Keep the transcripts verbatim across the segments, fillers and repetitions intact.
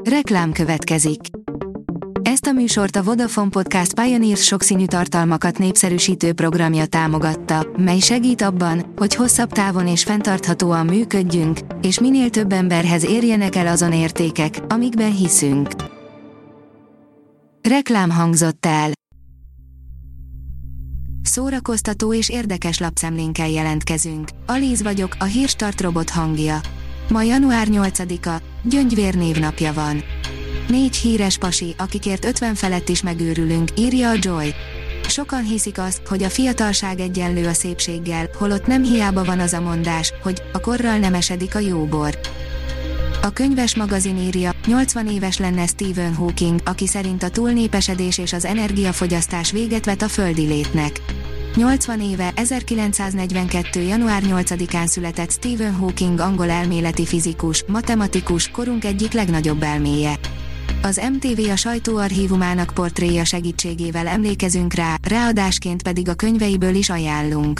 Reklám következik. Ezt a műsort a Vodafone Podcast Pioneers sokszínű tartalmakat népszerűsítő programja támogatta, mely segít abban, hogy hosszabb távon és fenntarthatóan működjünk, és minél több emberhez érjenek el azon értékek, amikben hiszünk. Reklám hangzott el. Szórakoztató és érdekes lapszemlénkkel jelentkezünk. Alíz vagyok, a Hírstart robot hangja. Ma január nyolcadika, Gyöngyvér névnapja van. Négy híres pasi, akikért ötven felett is megőrülünk, írja a Joy. Sokan hiszik azt, hogy a fiatalság egyenlő a szépséggel, holott nem hiába van az a mondás, hogy a korral nem esedik a jó bor. A Könyves magazin írja, nyolcvan éves lenne Stephen Hawking, aki szerint a túlnépesedés és az energiafogyasztás véget vet a földi létnek. nyolcvan éve, ezerkilencszáznegyvenkettő. január nyolcadikán született Stephen Hawking angol elméleti fizikus, matematikus, korunk egyik legnagyobb elméje. Az em té vé a sajtóarchívumának portréja segítségével emlékezünk rá, ráadásként pedig a könyveiből is ajánlunk.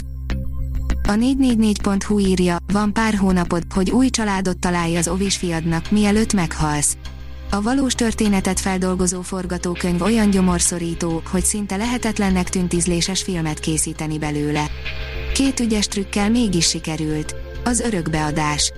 A négy négy négy pont hu írja, van pár hónapod, hogy új családot találj az ovis fiadnak, mielőtt meghalsz. A valós történetet feldolgozó forgatókönyv olyan gyomorszorító, hogy szinte lehetetlennek tűnt ízléses filmet készíteni belőle. Két ügyes trükkel mégis sikerült. Az örökbeadás.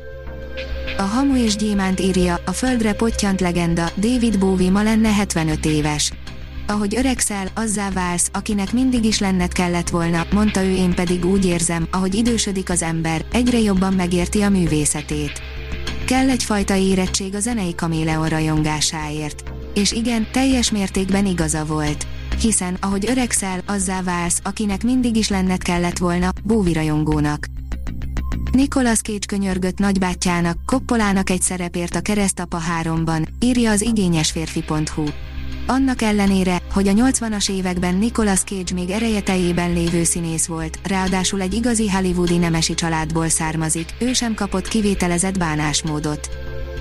A Hamu és Gyémánt írja, a földre pottyant legenda, David Bowie ma lenne hetvenöt éves. Ahogy öregszel, azzá válsz, akinek mindig is lenned kellett volna, mondta ő, én pedig úgy érzem, ahogy idősödik az ember, egyre jobban megérti a művészetét. Kell egyfajta érettség a zenei kaméleon rajongásáért. És igen, teljes mértékben igaza volt. Hiszen, ahogy öregszel, azzá válsz, akinek mindig is lenned kellett volna, Bowie rajongónak. Nicolas Cage könyörgött nagybátyjának, Coppolának egy szerepért a Keresztapa háromban, írja az igényesférfi pont hu. Annak ellenére, hogy a nyolcvanas években Nicolas Cage még erejeteljében lévő színész volt, ráadásul egy igazi hollywoodi nemesi családból származik, ő sem kapott kivételezett bánásmódot.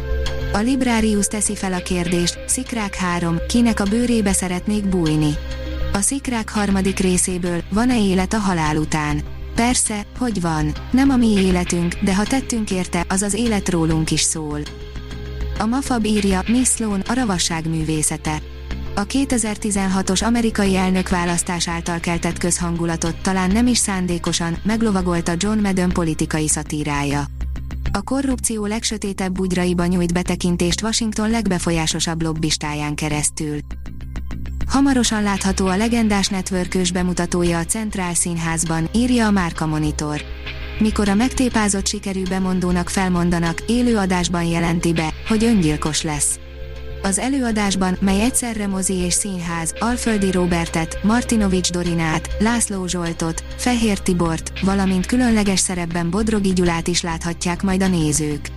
A Librarius teszi fel a kérdést, Szikrák három, kinek a bőrébe szeretnék bújni? A Szikrák harmadik részéből, van-e élet a halál után? Persze, hogy van. Nem a mi életünk, de ha tettünk érte, az az élet rólunk is szól. A Mafab írja, Miss Sloan, a ravasság művészete. A kétezer-tizenhatos amerikai elnökválasztás által keltett közhangulatot talán nem is szándékosan meglovagolta John Madden politikai szatírája. A korrupció legsötétebb bugyraiba nyújt betekintést Washington legbefolyásosabb lobbistáján keresztül. Hamarosan látható a legendás networkös bemutatója a Centrál Színházban, írja a Márka Monitor. Mikor a megtépázott sikerű bemondónak felmondanak, élő adásban jelenti be, hogy öngyilkos lesz. Az előadásban, mely egyszerre mozi és színház, Alföldi Róbertet, Martinovics Dorinát, László Zsoltot, Fehér Tibort, valamint különleges szerepben Bodrogi Gyulát is láthatják majd a nézők.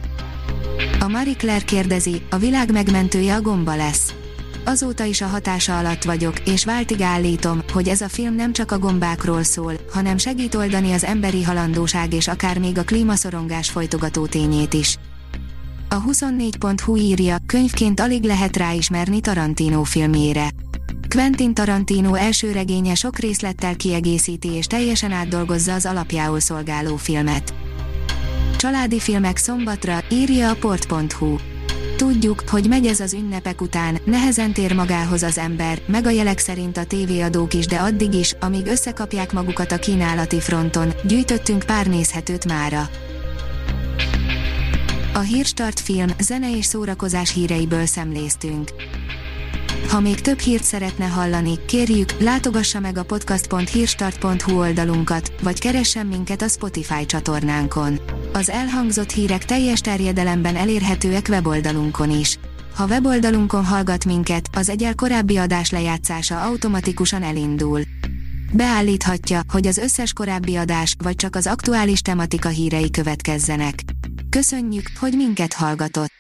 A Marie Claire kérdezi, a világ megmentője a gomba lesz. Azóta is a hatása alatt vagyok, és váltig állítom, hogy ez a film nem csak a gombákról szól, hanem segít oldani az emberi halandóság és akár még a klímaszorongás folytogató tényét is. A huszonnégy pont hu írja, könyvként alig lehet ráismerni Tarantino filmjére. Quentin Tarantino első regénye sok részlettel kiegészíti és teljesen átdolgozza az alapjául szolgáló filmet. Családi filmek szombatra, írja a port pont hu. Tudjuk, hogy megy ez az ünnepek után, nehezen tér magához az ember, meg a jelek szerint a tévéadók is, de addig is, amíg összekapják magukat a kínálati fronton, gyűjtöttünk pár nézhetőt mára. A Hírstart film, zene és szórakozás híreiből szemléztünk. Ha még több hírt szeretne hallani, kérjük, látogassa meg a podcast pont hírstart pont hu oldalunkat, vagy keressen minket a Spotify csatornánkon. Az elhangzott hírek teljes terjedelemben elérhetőek weboldalunkon is. Ha weboldalunkon hallgat minket, az egyel korábbi adás lejátszása automatikusan elindul. Beállíthatja, hogy az összes korábbi adás, vagy csak az aktuális tematika hírei következzenek. Köszönjük, hogy minket hallgatott!